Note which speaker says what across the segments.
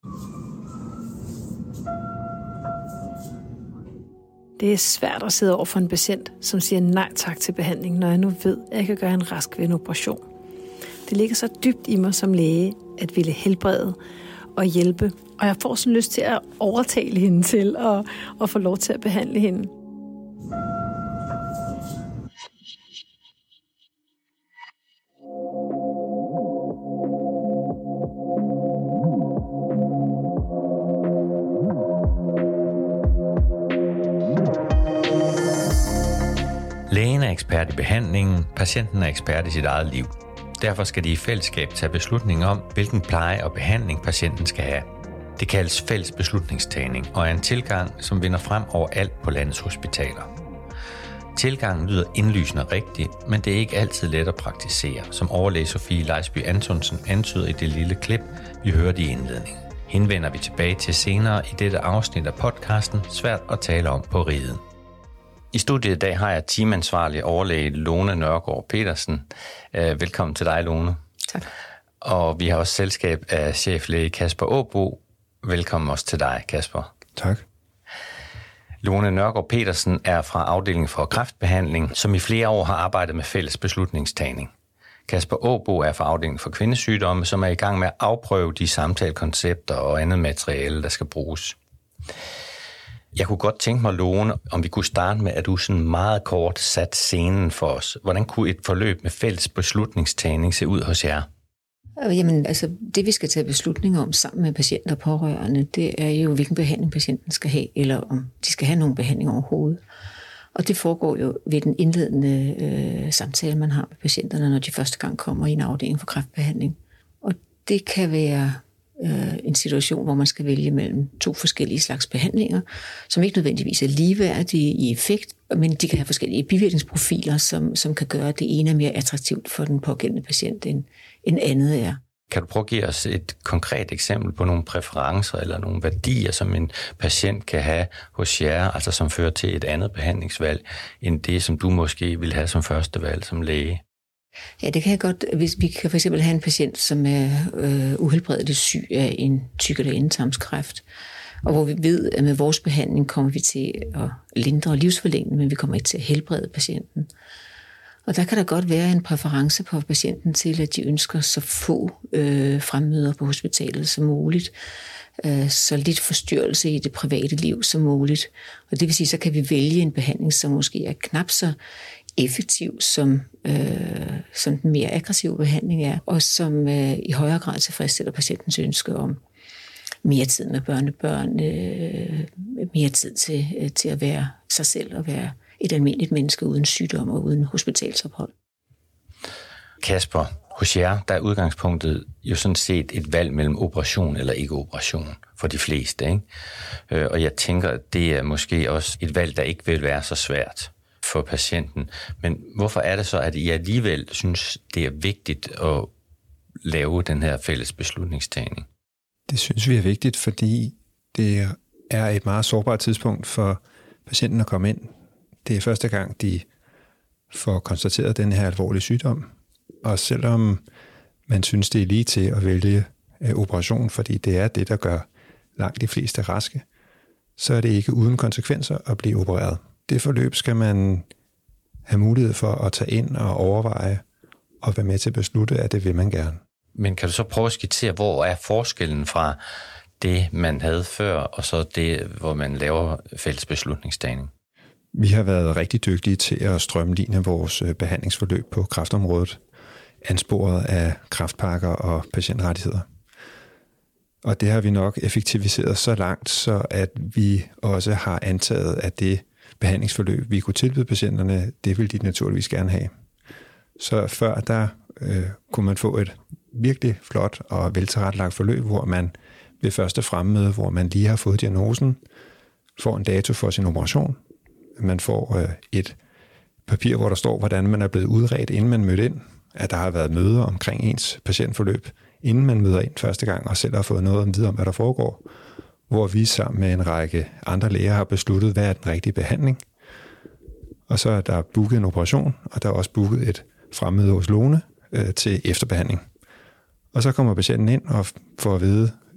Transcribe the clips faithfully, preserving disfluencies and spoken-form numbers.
Speaker 1: Det er svært at sidde over for en patient, som siger nej tak til behandling, når jeg nu ved, at jeg kan gøre en rask ved en operation. Det ligger så dybt i mig som læge, at ville helbrede og hjælpe, og jeg får sådan lyst til at overtale hende til at, at få lov til at behandle hende.
Speaker 2: Lægen er ekspert i behandlingen, patienten er ekspert i sit eget liv. Derfor skal de i fællesskab tage beslutning om, hvilken pleje og behandling patienten skal have. Det kaldes fælles beslutningstagning og er en tilgang, som vinder frem overalt på landets hospitaler. Tilgangen lyder indlysende rigtig, men det er ikke altid let at praktisere, som overlæge Sofie Leisby Antonsen antyder i det lille klip, vi hørte i indledningen. Hende vender vi tilbage til senere i dette afsnit af podcasten Svært at tale om på riget. I studiet i dag har jeg teamansvarlig overlæge Lone Nørgaard Petersen. Velkommen til dig, Lone.
Speaker 3: Tak.
Speaker 2: Og vi har også selskab af cheflæge Kasper Aabo. Velkommen også til dig, Kasper.
Speaker 4: Tak.
Speaker 2: Lone Nørgaard Petersen er fra afdelingen for kræftbehandling, som i flere år har arbejdet med fælles beslutningstagning. Kasper Aabo er fra afdelingen for kvindesygdomme, som er i gang med at afprøve de samtalekoncepter og andet materiale, der skal bruges. Jeg kunne godt tænke mig, Lone, om vi kunne starte med, at du sådan meget kort satte scenen for os. Hvordan kunne et forløb med fælles beslutningstagning se ud hos jer?
Speaker 3: Jamen, altså, det vi skal tage beslutninger om sammen med patienter og pårørende, det er jo, hvilken behandling patienten skal have, eller om de skal have nogen behandling overhovedet. Og det foregår jo ved den indledende øh, samtale, man har med patienterne, når de første gang kommer i en afdeling for kræftbehandling. Og det kan være en situation, hvor man skal vælge mellem to forskellige slags behandlinger, som ikke nødvendigvis er ligeværdige i effekt, men de kan have forskellige bivirkningsprofiler, som, som kan gøre, at det ene er mere attraktivt for den pågældende patient, end, end andet er.
Speaker 2: Kan du prøve at give os et konkret eksempel på nogle præferencer eller nogle værdier, som en patient kan have hos jer, altså som fører til et andet behandlingsvalg, end det, som du måske vil have som første valg som læge?
Speaker 3: Ja, det kan jeg godt. Hvis vi kan for eksempel have en patient, som er øh, uhelbredeligt syg af en tyk- eller endetarmskræft, og hvor vi ved, at med vores behandling kommer vi til at lindre livsforlængen, men vi kommer ikke til at helbrede patienten. Og der kan der godt være en præference på patienten til, at de ønsker så få øh, fremmøder på hospitalet som muligt, øh, så lidt forstyrrelse i det private liv som muligt. Og det vil sige, så kan vi vælge en behandling, som måske er knap så effektiv, som, øh, som den mere aggressive behandling er, og som øh, i højere grad tilfredsstiller patientens ønske om mere tid med børnebørn, øh, mere tid til, øh, til at være sig selv og være et almindeligt menneske uden sygdom og uden hospitalsophold.
Speaker 2: Kasper, hos jer, der er udgangspunktet jo sådan set et valg mellem operation eller ikke operation for de fleste, ikke? Og jeg tænker, at det er måske også et valg, der ikke vil være så svært for patienten. Men hvorfor er det så, at I alligevel synes, det er vigtigt at lave den her fælles beslutningstagning?
Speaker 4: Det synes vi er vigtigt, fordi det er et meget sårbart tidspunkt for patienten at komme ind. Det er første gang, de får konstateret den her alvorlige sygdom. Og selvom man synes, det er lige til at vælge operation, fordi det er det, der gør langt de fleste raske, så er det ikke uden konsekvenser at blive opereret. Det forløb skal man have mulighed for at tage ind og overveje og være med til at beslutte, at det vil man gerne.
Speaker 2: Men kan du så prøve at skitsere, hvor er forskellen fra det, man havde før, og så det, hvor man laver fælles beslutningstagning?
Speaker 4: Vi har været rigtig dygtige til at strømline vores behandlingsforløb på kræftområdet, ansporet af kræftpakker og patientrettigheder. Og det har vi nok effektiviseret så langt, så at vi også har antaget, at det behandlingsforløb, vi kunne tilbyde patienterne, det vil de naturligvis gerne have. Så før der øh, kunne man få et virkelig flot og veltilrettelagt forløb, hvor man ved første fremmøde, hvor man lige har fået diagnosen, får en dato for sin operation. Man får øh, et papir, hvor der står, hvordan man er blevet udredt, inden man mødte ind, at der har været møder omkring ens patientforløb, inden man møder ind første gang, og selv har fået noget at vide om, hvad der foregår, hvor vi sammen med en række andre læger har besluttet, hvad er den rigtige behandling. Og så er der booket en operation, og der er også booket et fremmøde hos Lone øh, til efterbehandling. Og så kommer patienten ind og får at vide, øh,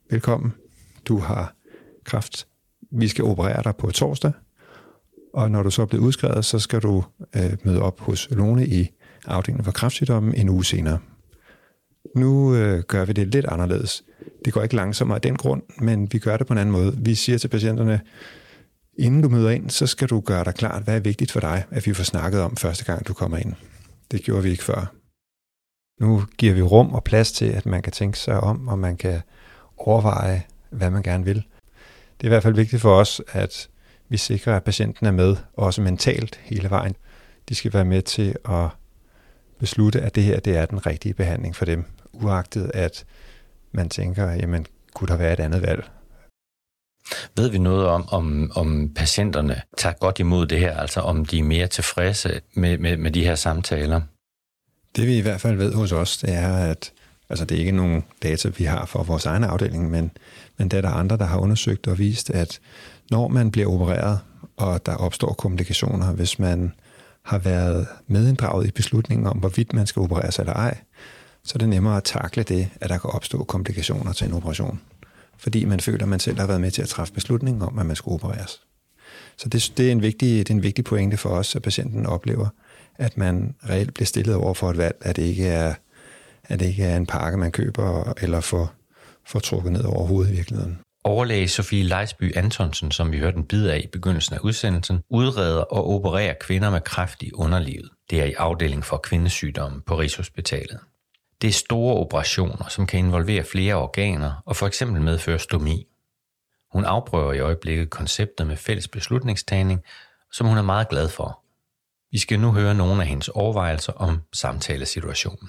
Speaker 4: velkommen, du har kræft, vi skal operere dig på torsdag, og når du så er blevet udskrevet, så skal du øh, møde op hos Lone i afdelingen for kræftsygdomme en uge senere. Nu øh, gør vi det lidt anderledes. Det går ikke langsommere af den grund, men vi gør det på en anden måde. Vi siger til patienterne, inden du møder ind, så skal du gøre dig klart, hvad er vigtigt for dig, at vi får snakket om første gang, du kommer ind. Det gjorde vi ikke før. Nu giver vi rum og plads til, at man kan tænke sig om, og man kan overveje, hvad man gerne vil. Det er i hvert fald vigtigt for os, at vi sikrer, at patienten er med, også mentalt hele vejen. De skal være med til at beslutte, at det her det er den rigtige behandling for dem, uagtet at man tænker, jamen, kunne der være et andet valg?
Speaker 2: Ved vi noget om, om, om patienterne tager godt imod det her, altså om de er mere tilfredse med, med, med de her samtaler?
Speaker 4: Det vi i hvert fald ved hos os, det er, at altså det er ikke nogen data, vi har for vores egen afdeling, men, men der er der andre, der har undersøgt og vist, at når man bliver opereret, og der opstår komplikationer, hvis man har været medinddraget i beslutningen om, hvorvidt man skal opereres eller ej, så er det nemmere at takle det, at der kan opstå komplikationer til en operation. Fordi man føler, at man selv har været med til at træffe beslutningen om, at man skal opereres. Så det, det, er en vigtig, det er en vigtig pointe for os, at patienten oplever, at man reelt bliver stillet over for et valg, at det ikke er, at det ikke er en pakke, man køber, eller får, får trukket ned over hovedet i virkeligheden.
Speaker 2: Overlæge Sofie Leisby Antonsen, som vi hørte en bid af i begyndelsen af udsendelsen, udreder og opererer kvinder med kræft i underlivet. Det er i afdeling for kvindesygdomme på Rigshospitalet. Det er store operationer, som kan involvere flere organer og for eksempel medføre stomi. Hun afprøver i øjeblikket konceptet med fælles beslutningstagning, som hun er meget glad for. Vi skal nu høre nogle af hendes overvejelser om samtalesituationen.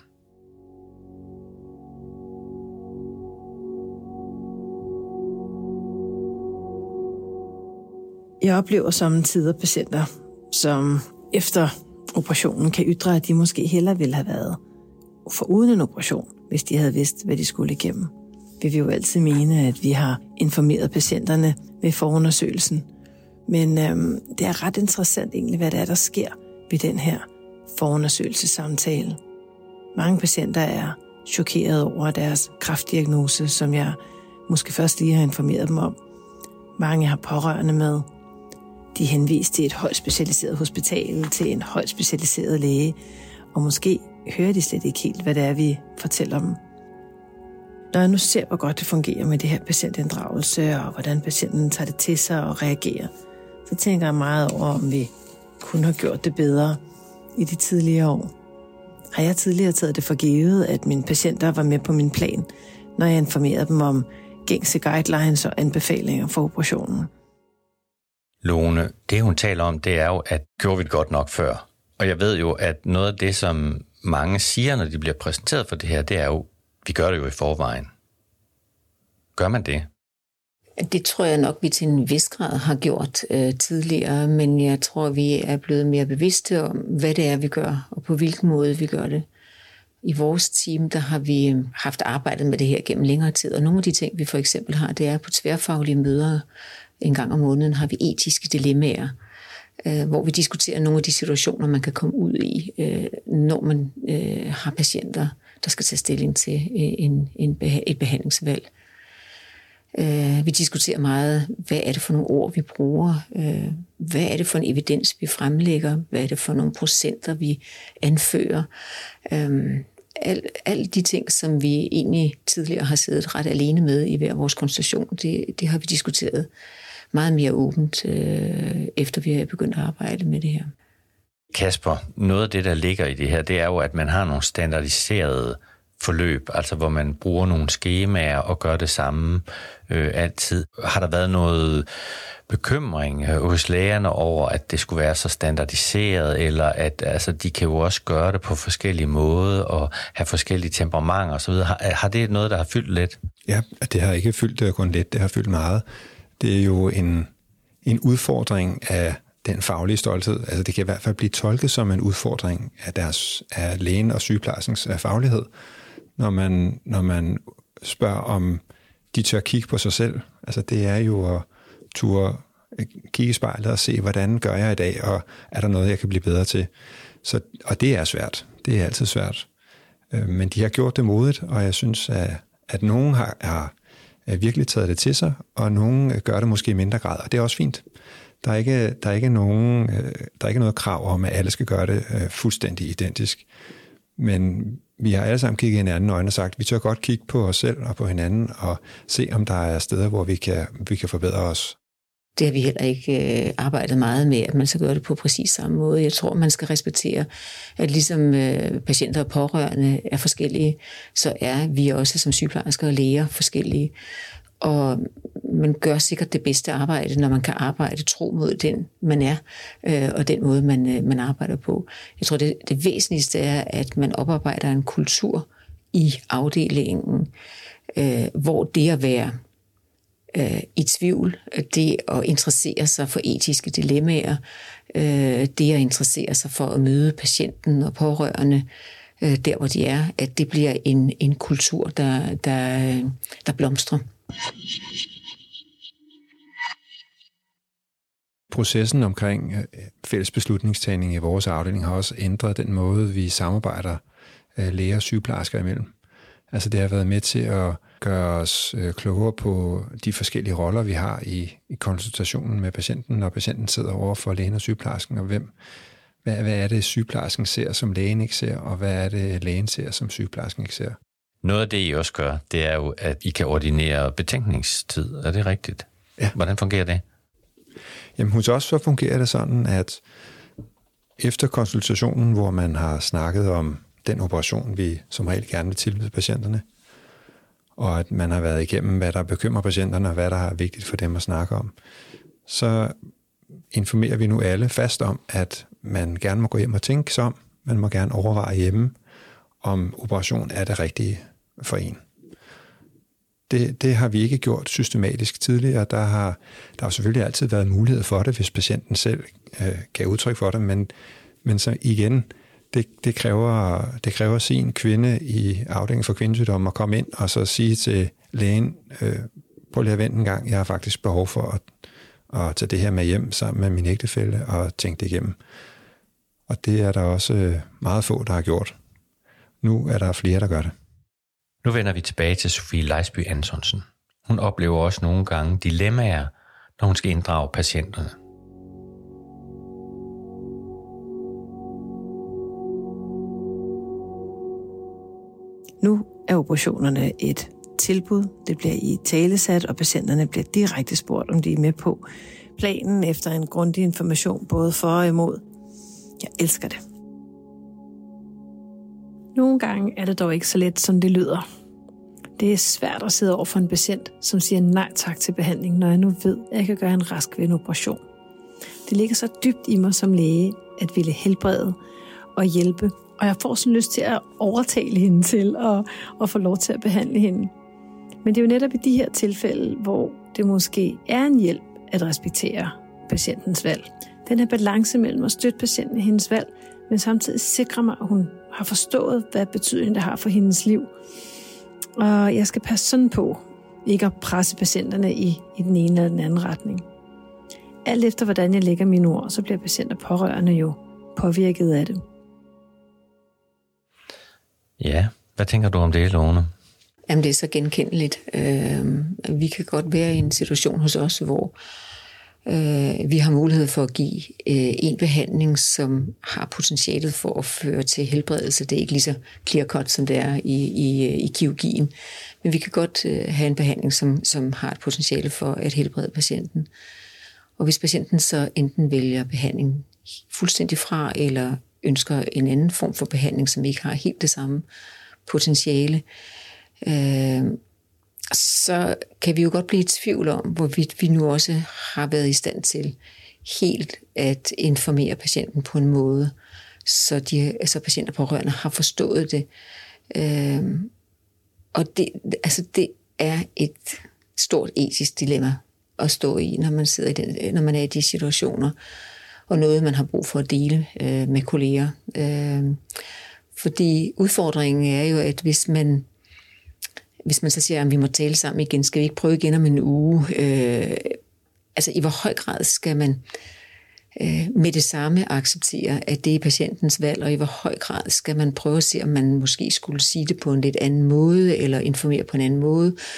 Speaker 1: Jeg oplever samtidig patienter, som efter operationen kan ytre, at de måske hellere ville have været foruden en operation, hvis de havde vidst, hvad de skulle igennem. Vi vil jo altid mene, at vi har informeret patienterne ved forundersøgelsen. Men øhm, det er ret interessant egentlig, hvad det er, der sker ved den her forundersøgelsessamtale. Mange patienter er chokeret over deres kræftdiagnose, som jeg måske først lige har informeret dem om. Mange har pårørende med. De er henvist til et højt specialiseret hospital, til en højt specialiseret læge, og måske hører de slet ikke helt, hvad det er, vi fortæller dem. Når jeg nu ser, hvor godt det fungerer med det her patientinddragelse, og hvordan patienten tager det til sig og reagerer, så tænker jeg meget over, om vi kunne have gjort det bedre i de tidligere år. Har jeg tidligere taget det for givet, at mine patienter var med på min plan, når jeg informerede dem om gængse guidelines og anbefalinger for operationen?
Speaker 2: Lone, det hun taler om, det er jo, at gjorde vi det godt nok før. Og jeg ved jo, at noget af det, som mange siger, når de bliver præsenteret for det her, det er jo, vi gør det jo i forvejen. Gør man det?
Speaker 3: Det tror jeg nok, vi til en vis grad har gjort øh, tidligere, men jeg tror, vi er blevet mere bevidste om, hvad det er, vi gør, og på hvilken måde vi gør det. I vores team, der har vi haft arbejdet med det her gennem længere tid, og nogle af de ting, vi for eksempel har, det er på tværfaglige møder en gang om måneden, har vi etiske dilemmaer, øh, hvor vi diskuterer nogle af de situationer, man kan komme ud i, øh, når man øh, har patienter, der skal tage stilling til en, en, et behandlingsvalg. Uh, vi diskuterer meget, hvad er det for nogle ord, vi bruger, uh, hvad er det for en evidens, vi fremlægger, hvad er det for nogle procenter, vi anfører. Um, al, alle de ting, som vi egentlig tidligere har siddet ret alene med i hver vores konstellation, det, det har vi diskuteret meget mere åbent, uh, efter vi har begyndt at arbejde med det her.
Speaker 2: Kasper, noget af det, der ligger i det her, det er jo, at man har nogle standardiserede forløb, altså hvor man bruger nogle skemaer og gør det samme øh, altid. Har der været noget bekymring hos lægerne over, at det skulle være så standardiseret, eller at altså, de kan jo også gøre det på forskellige måder og have forskellige temperamenter osv.? Har, har det noget, der har fyldt lidt?
Speaker 4: Ja, det har ikke fyldt kun lidt, det har fyldt meget. Det er jo en, en udfordring af den faglige stolthed. Altså det kan i hvert fald blive tolket som en udfordring af, deres, af lægen og sygeplejerskens faglighed, når man, når man spørger, om de tør kigge på sig selv. Altså det er jo at turde kigge i spejlet og se, hvordan gør jeg i dag, og er der noget, jeg kan blive bedre til. Så, og det er svært. Det er altid svært. Men de har gjort det modigt, og jeg synes, at, at nogen har, har virkelig taget det til sig, og nogle gør det måske i mindre grad, og det er også fint. Der er ikke, der er ikke, nogen, der er ikke noget krav om, at alle skal gøre det fuldstændig identisk. Men vi har alle sammen kigget hinanden i øjnene og sagt, at vi tør godt kigge på os selv og på hinanden, og se, om der er steder, hvor vi kan, vi kan forbedre os.
Speaker 3: Det har vi heller ikke øh, arbejdet meget med, at man skal gøre det på præcis samme måde. Jeg tror, man skal respektere, at ligesom øh, patienter og pårørende er forskellige, så er vi også som sygeplejersker og læger forskellige. Og man gør sikkert det bedste arbejde, når man kan arbejde tro mod den, man er, øh, og den måde, man, øh, man arbejder på. Jeg tror, det, det væsentligste er, at man oparbejder en kultur i afdelingen, øh, hvor det at være øh, i tvivl, det at interessere sig for etiske dilemmaer, øh, det at interessere sig for at møde patienten og pårørende, øh, der hvor de er, at det bliver en, en kultur, der, der, der blomstrer.
Speaker 4: Processen omkring fælles beslutningstagning i vores afdeling har også ændret den måde, vi samarbejder læger og sygeplejersker imellem. Altså det har været med til at gøre os klogere på de forskellige roller, vi har i, i konsultationen med patienten, når patienten sidder over for lægen og sygeplejersken, og hvem, hvad, hvad er det, sygeplejersken ser, som lægen ikke ser, og hvad er det, lægen ser, som sygeplejersken ikke ser.
Speaker 2: Noget af det, I også gør, det er jo, at I kan ordinere betænkningstid. Er det rigtigt?
Speaker 4: Ja.
Speaker 2: Hvordan fungerer det?
Speaker 4: Jamen hos os så fungerer det sådan, at efter konsultationen, hvor man har snakket om den operation, vi som regel gerne vil tilbyde patienterne, og at man har været igennem, hvad der bekymrer patienterne, og hvad der er vigtigt for dem at snakke om, så informerer vi nu alle fast om, at man gerne må gå hjem og tænke sig om, man må gerne overveje hjemme, om operation er det rigtige for en. Det, det har vi ikke gjort systematisk tidligere. Der har, der har selvfølgelig altid været mulighed for det, hvis patienten selv øh, gav udtryk for det, men, men så igen, det, det, kræver, det kræver sin kvinde i afdelingen for kvindesygdomme at komme ind og så sige til lægen, øh, prøv lige at vente en gang, jeg har faktisk behov for at, at tage det her med hjem sammen med min ægtefælle og tænke det igennem. Og det er der også meget få, der har gjort. Nu er der flere, der gør det.
Speaker 2: Nu vender vi tilbage til Sofie Leisby Antonsen. Hun oplever også nogle gange dilemmaer, når hun skal inddrage patienterne.
Speaker 1: Nu er operationerne et tilbud. Det bliver i talesat, og patienterne bliver direkte spurgt, om de er med på planen efter en grundig information, både for og imod. Jeg elsker det. Nogle gange er det dog ikke så let, som det lyder. Det er svært at sidde over for en patient, som siger nej tak til behandling, når jeg nu ved, at jeg kan gøre en rask ved en operation. Det ligger så dybt i mig som læge, at ville helbrede og hjælpe, og jeg får sådan lyst til at overtale hende til at, at få lov til at behandle hende. Men det er jo netop i de her tilfælde, hvor det måske er en hjælp at respektere patientens valg. Den her balance mellem at støtte patienten i hendes valg, men samtidig sikre mig, at hun har forstået, hvad betydning det har for hendes liv. Og jeg skal passe sådan på, ikke at presse patienterne i, i den ene eller den anden retning. Alt efter, hvordan jeg lægger mine ord, så bliver patienter pårørende jo påvirket af det.
Speaker 2: Ja, hvad tænker du om det, Lone?
Speaker 3: Jamen, det er så genkendeligt. Øh, vi kan godt være i en situation hos os, hvor øh, vi har mulighed for at give øh, en behandling, som har potentialet for at føre til helbredelse. Det er ikke lige så clear-cut, som det er i, i, i kirurgien. Men vi kan godt øh, have en behandling, som, som har et potentiale for at helbrede patienten. Og hvis patienten så enten vælger behandling fuldstændig fra, eller ønsker en anden form for behandling, som ikke har helt det samme potentiale, øh, så kan vi jo godt blive i tvivl om, hvorvidt vi nu også har været i stand til helt at informere patienten på en måde, så, de, altså patienter og pårørende har forstået det. Øh, og det, altså det er et stort etisk dilemma at stå i, når man sidder i den, når man er i de situationer, og noget, man har brug for at dele øh, med kolleger. Øh, fordi udfordringen er jo, at hvis man, hvis man så siger, at vi må tale sammen igen, skal vi ikke prøve igen om en uge? Øh, altså i hvor høj grad skal man øh, med det samme acceptere, at det er patientens valg, og i hvor høj grad skal man prøve at se, om man måske skulle sige det på en lidt anden måde, eller informere på en anden måde.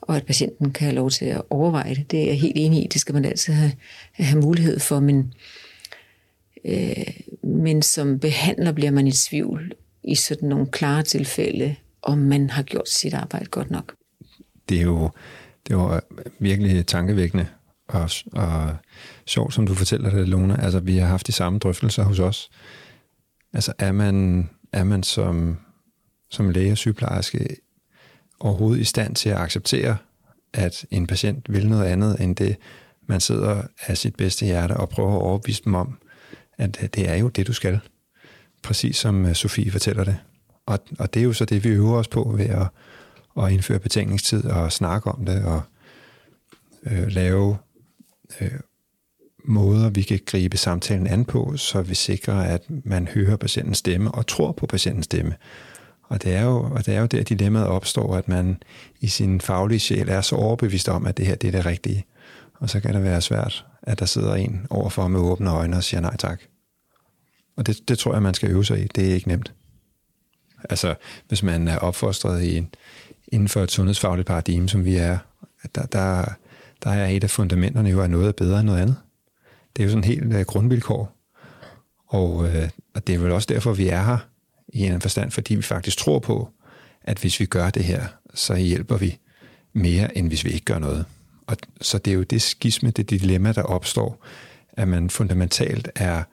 Speaker 3: og at patienten kan have lov til at overveje det. Det er jeg helt enig i, det skal man altid have, have mulighed for, men, øh, men som behandler bliver man i tvivl i sådan nogle klare tilfælde, om man har gjort sit arbejde godt nok.
Speaker 4: Det er jo, det er jo virkelig tankevækkende og, og sjovt, som du fortæller det, Lone. Altså, vi har haft de samme drøftelser hos os. Altså, er man, er man som, som læge og sygeplejerske overhovedet i stand til at acceptere, at en patient vil noget andet, end det, man sidder af sit bedste hjerte og prøver at overbevise dem om, at det er jo det, du skal. Præcis som Sofie fortæller det. Og, og det er jo så det, vi øver os på ved at, at indføre betænkningstid og snakke om det og øh, lave øh, måder, vi kan gribe samtalen an på, så vi sikrer, at man hører patientens stemme og tror på patientens stemme. Og det er jo, og det er jo der, dilemmaet opstår, at man i sin faglige sjæl er så overbevist om, at det her det er det rigtige. Og så kan det være svært, at der sidder en overfor med åbne øjne og siger nej tak. Og det, det tror jeg, man skal øve sig i. Det er ikke nemt. Altså, hvis man er opfostret i en, inden for et sundhedsfagligt paradigme, som vi er, der, der, der er et af fundamenterne jo, at noget er bedre end noget andet. Det er jo sådan helt uh, grundvilkår. Og, uh, og det er vel også derfor, vi er her i en forstand, fordi vi faktisk tror på, at hvis vi gør det her, så hjælper vi mere, end hvis vi ikke gør noget. Og så det er jo det skisme, det dilemma, der opstår, at man fundamentalt er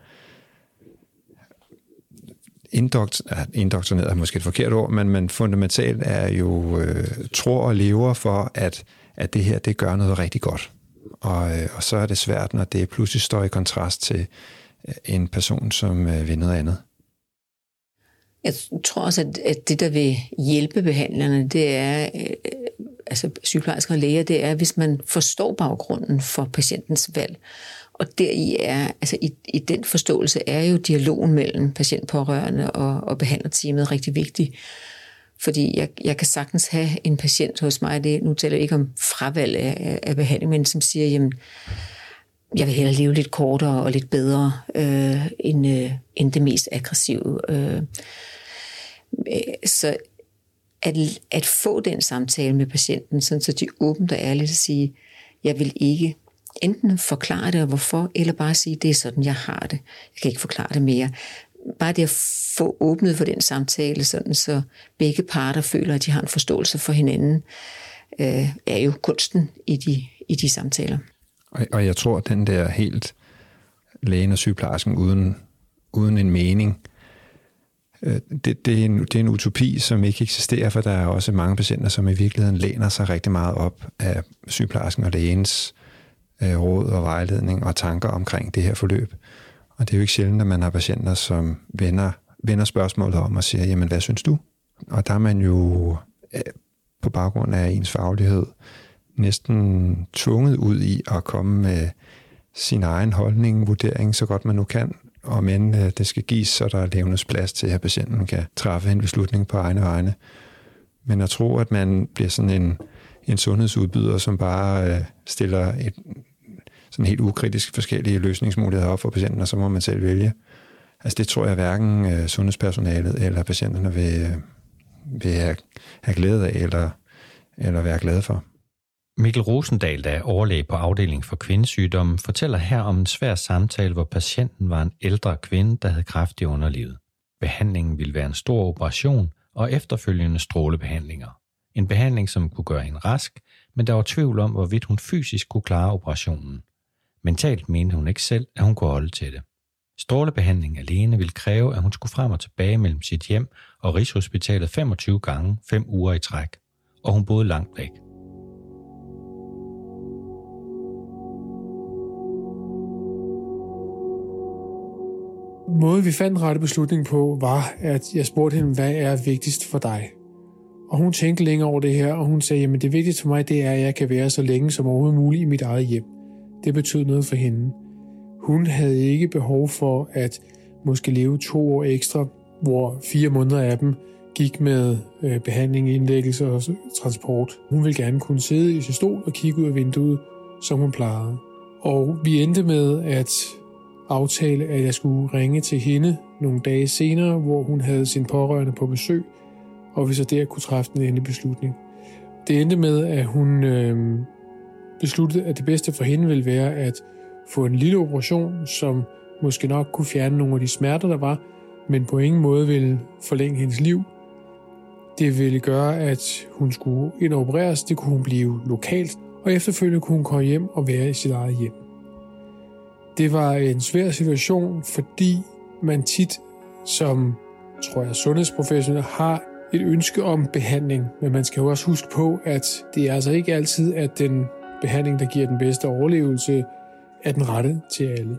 Speaker 4: indoktrineret, er måske et forkert ord, men man fundamentalt er jo øh, tror og lever for, at, at det her, det gør noget rigtig godt. Og, øh, og så er det svært, når det pludselig står i kontrast til en person, som øh, vil noget andet.
Speaker 3: Jeg tror også, at, at det, der vil hjælpe behandlerne, det er, øh, altså sygeplejersker og læger, det er, hvis man forstår baggrunden for patientens valg. Og deri er, altså i, i den forståelse er jo dialogen mellem patientpårørende og, og behandlerteamet rigtig vigtig. Fordi jeg, jeg kan sagtens have en patient hos mig, det, nu taler jeg ikke om fravalg af, af behandling, men som siger, jamen, jeg vil hellere leve lidt kortere og lidt bedre øh, end, øh, end det mest aggressive. Øh, så at, at få den samtale med patienten, sådan så de åbent og ærligt at sige, jeg vil ikke enten forklare det og hvorfor, eller bare sige, det er sådan, jeg har det. Jeg kan ikke forklare det mere. Bare det at få åbnet for den samtale, sådan så begge parter føler, at de har en forståelse for hinanden, øh, er jo kunsten i de, i de samtaler.
Speaker 4: Og, og jeg tror, at den der helt lægen og sygeplejersken uden, uden en mening, øh, det, det, er en, det er en utopi, som ikke eksisterer, for der er også mange patienter, som i virkeligheden læner sig rigtig meget op af sygeplejersken og lægens øh, råd og vejledning og tanker omkring det her forløb. Og det er jo ikke sjældent, at man har patienter, som vender, vender spørgsmålet om og siger, jamen hvad synes du? Og der er man jo øh, på baggrund af ens faglighed næsten tvunget ud i at komme med sin egen holdning, vurdering, så godt man nu kan, og men øh, det skal gives, så der levnes plads til, at patienten kan træffe en beslutning på egne vegne. Men at tro, at man bliver sådan en, en sundhedsudbyder, som bare øh, stiller et, sådan helt ukritisk forskellige løsningsmuligheder op for patienten, og så må man selv vælge. Altså det tror jeg hverken øh, sundhedspersonalet eller patienterne vil, øh, vil have, have glæde af, eller, eller være glade for.
Speaker 2: Mikkel Rosendal, der er overlæge på afdelingen for kvindesygdomme, fortæller her om en svær samtale, hvor patienten var en ældre kvinde, der havde kræft i underlivet. Behandlingen ville være en stor operation og efterfølgende strålebehandlinger. En behandling, som kunne gøre hende rask, men der var tvivl om, hvorvidt hun fysisk kunne klare operationen. Mentalt mente hun ikke selv, at hun kunne holde til det. Strålebehandling alene ville kræve, at hun skulle frem og tilbage mellem sit hjem og Rigshospitalet femogtyve gange, fem uger i træk, og hun boede langt væk.
Speaker 5: Måden vi fandt den rette beslutning på, var, at jeg spurgte hende, hvad er vigtigst for dig? Og hun tænkte længe over det her, og hun sagde, jamen det vigtigste for mig, det er, at jeg kan være så længe som overhovedet muligt i mit eget hjem. Det betød noget for hende. Hun havde ikke behov for at måske leve to år ekstra, hvor fire måneder af dem gik med øh, behandling, indlæggelse og transport. Hun ville gerne kunne sidde i sin stol og kigge ud af vinduet, som hun plejede. Og vi endte med at aftale, at jeg skulle ringe til hende nogle dage senere, hvor hun havde sin pårørende på besøg, og vi så der kunne træffe en endelig beslutning. Det endte med, at hun øh, besluttede, at det bedste for hende ville være at få en lille operation, som måske nok kunne fjerne nogle af de smerter, der var, men på ingen måde ville forlænge hendes liv. Det ville gøre, at hun skulle ind og opereres, det kunne hun blive lokalt, og efterfølgende kunne hun komme hjem og være i sit eget hjem. Det var en svær situation, fordi man tit som, tror jeg, sundhedsprofessionel har et ønske om behandling, men man skal jo også huske på, at det er altså ikke altid, at den behandling, der giver den bedste overlevelse, er den rette til alle.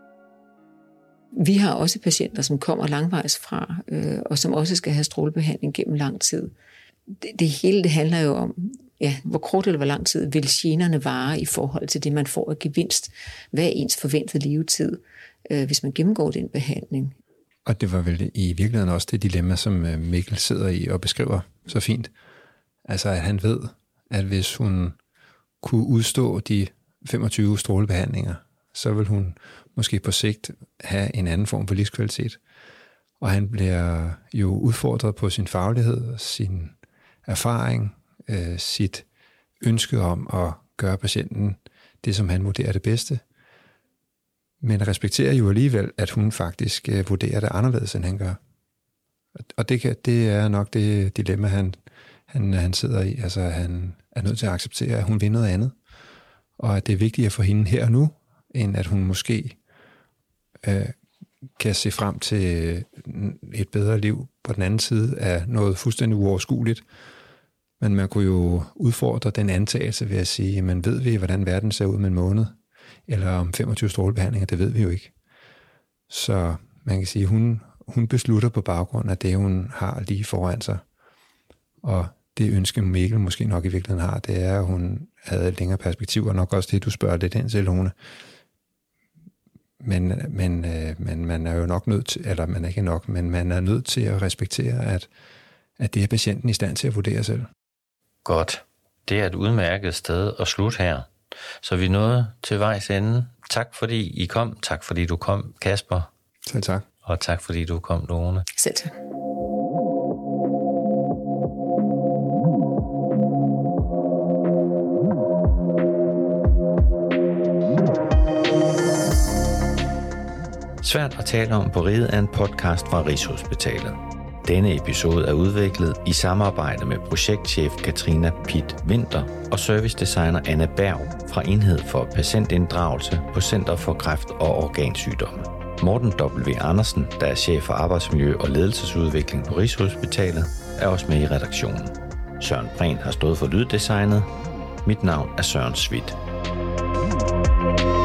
Speaker 3: Vi har også patienter, som kommer langvejs fra, øh, og som også skal have strålebehandling gennem lang tid. Det, det hele det handler jo om, ja, hvor kort eller hvor lang tid vil generne vare i forhold til det, man får af gevinst. Hvad er ens forventede levetid, øh, hvis man gennemgår den behandling?
Speaker 4: Og det var vel i virkeligheden også det dilemma, som Mikkel sidder i og beskriver så fint. Altså, at han ved, at hvis hun kunne udstå de femogtyve strålebehandlinger, så vil hun måske på sigt have en anden form for livskvalitet. Og han bliver jo udfordret på sin faglighed, sin erfaring, øh, sit ønske om at gøre patienten det, som han vurderer det bedste. Men respekterer jo alligevel, at hun faktisk øh, vurderer det anderledes, end han gør. Og det, kan, det er nok det dilemma, han, han, han sidder i. Altså, han er nødt til at acceptere, at hun vil noget andet. Og at det er vigtigere for hende her og nu, end at hun måske øh, kan se frem til et bedre liv på den anden side af noget fuldstændig uoverskueligt. Men man kunne jo udfordre den antagelse ved at sige, men ved vi, hvordan verden ser ud med en måned? Eller om femogtyve strålebehandlinger, det ved vi jo ikke. Så man kan sige, hun, hun beslutter på baggrund af det, hun har lige foran sig. Og det ønske, Mikkel måske nok i virkeligheden har, det er, at hun havde et længere perspektiv, og nok også det, du spørger lidt ind til, Lone. Men, men, men man er jo nok nødt til, eller man er ikke nok, men man er nødt til at respektere, at, at det er patienten i stand til at vurdere selv.
Speaker 2: Godt. Det er et udmærket sted at slutte her. Så vi nåede til vejs ende. Tak fordi I kom. Tak fordi du kom, Kasper.
Speaker 4: Selv tak.
Speaker 2: Og tak fordi du kom, Lone.
Speaker 3: Selv tak.
Speaker 2: Svært at tale om på Riget er en podcast fra Rigshospitalet. Denne episode er udviklet i samarbejde med projektchef Katrina Pitt Winter og servicedesigner Anna Berg fra Enhed for Patientinddragelse på Center for Kræft og Organsygdomme. Morten W. Andersen, der er chef for arbejdsmiljø og ledelsesudvikling på Rigshospitalet, er også med i redaktionen. Søren Prehn har stået for lyddesignet. Mit navn er Søren Svit.